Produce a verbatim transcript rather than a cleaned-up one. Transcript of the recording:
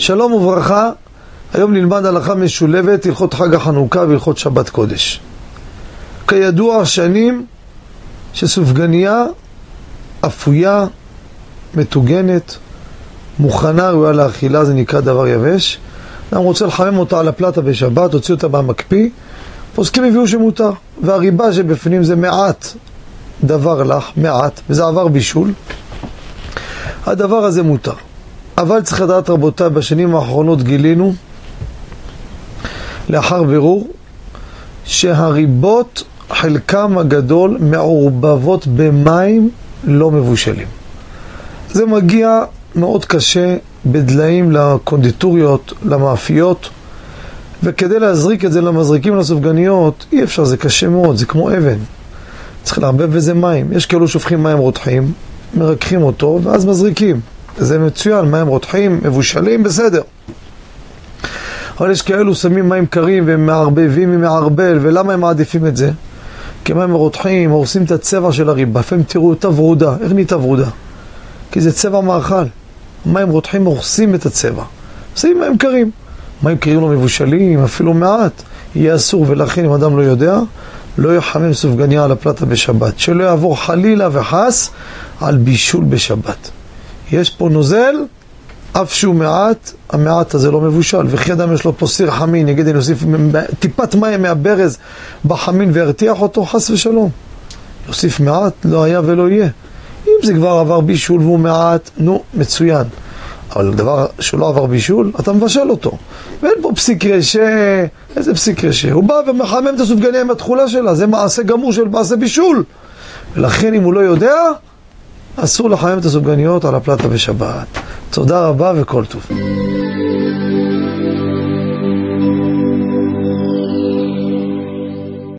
שלום וברכה, היום נלמד הלכה משולבת, הלכות חג החנוכה והלכות שבת קודש. כידוע שנים שסופגניה אפויה, מתוגנת, מוכנה, ראויה לאכילה, זה נקרא דבר יבש. אני רוצה לחמם אותה על הפלטה בשבת, הוציא אותה במקפיא, פוסקים הביאו שמותר, והריבה שבפנים זה מעט דבר לך, מעט, וזה עבר בישול. הדבר הזה מותר. אבל צריך לדעת רבותיי, בשנים האחרונות גילינו, לאחר בירור, שהריבות חלקם הגדול מעורבבות במים לא מבושלים. זה מגיע מאוד קשה בדליים לקונדיטוריות, למאפיות, וכדי להזריק את זה למזריקים לסופגניות, אי אפשר, זה קשה מאוד, זה כמו אבן. צריך להרבב בזה מים. יש כאלו שופכים מים רותחים, מרככים אותו, ואז מזריקים. זה מצוין, מים רותחים, מבושלים, בסדר. אבל יש כאלו שמים מים קרים והם מערבבים ממערבל, ולמה הם מעדיפים את זה? כי מים רותחים, הורסים את הצבע של הריבה. לפעמים תראו אותה ורודה. איך נהייתה ורודה? כי זה צבע מאכל. מים רותחים הורסים את הצבע. שמים מים קרים. מים קרים לא מבושלים, אפילו מעט. יהיה אסור, ולכן אם אדם לא יודע, לא יחמם סופגניה על הפלטה בשבת. שלא יעבור חלילה וחס על בישול בשבת. יש פה נוזל, אף שהוא מעט, המעט הזה לא מבושל. וכי אדם יש לו פה סיר חמין, יגיד אני אוסיף טיפת מים מהברז בחמין והרתיח אותו, חס ושלום. יוסיף מעט, לא היה ולא יהיה. אם זה כבר עבר בישול והוא מעט, נו, מצוין. אבל דבר שלא עבר בישול, אתה מבשל אותו. ואין פה פסיק רשע, איזה פסיק רשע? הוא בא ומחמם את הסופגניה עם התחולה שלה, זה מעשה גמור של מעשה בישול. ולכן אם הוא לא יודע, אסור לחמם את הסופגניות על הפלטה בשבת. תודה רבה וכל טוב.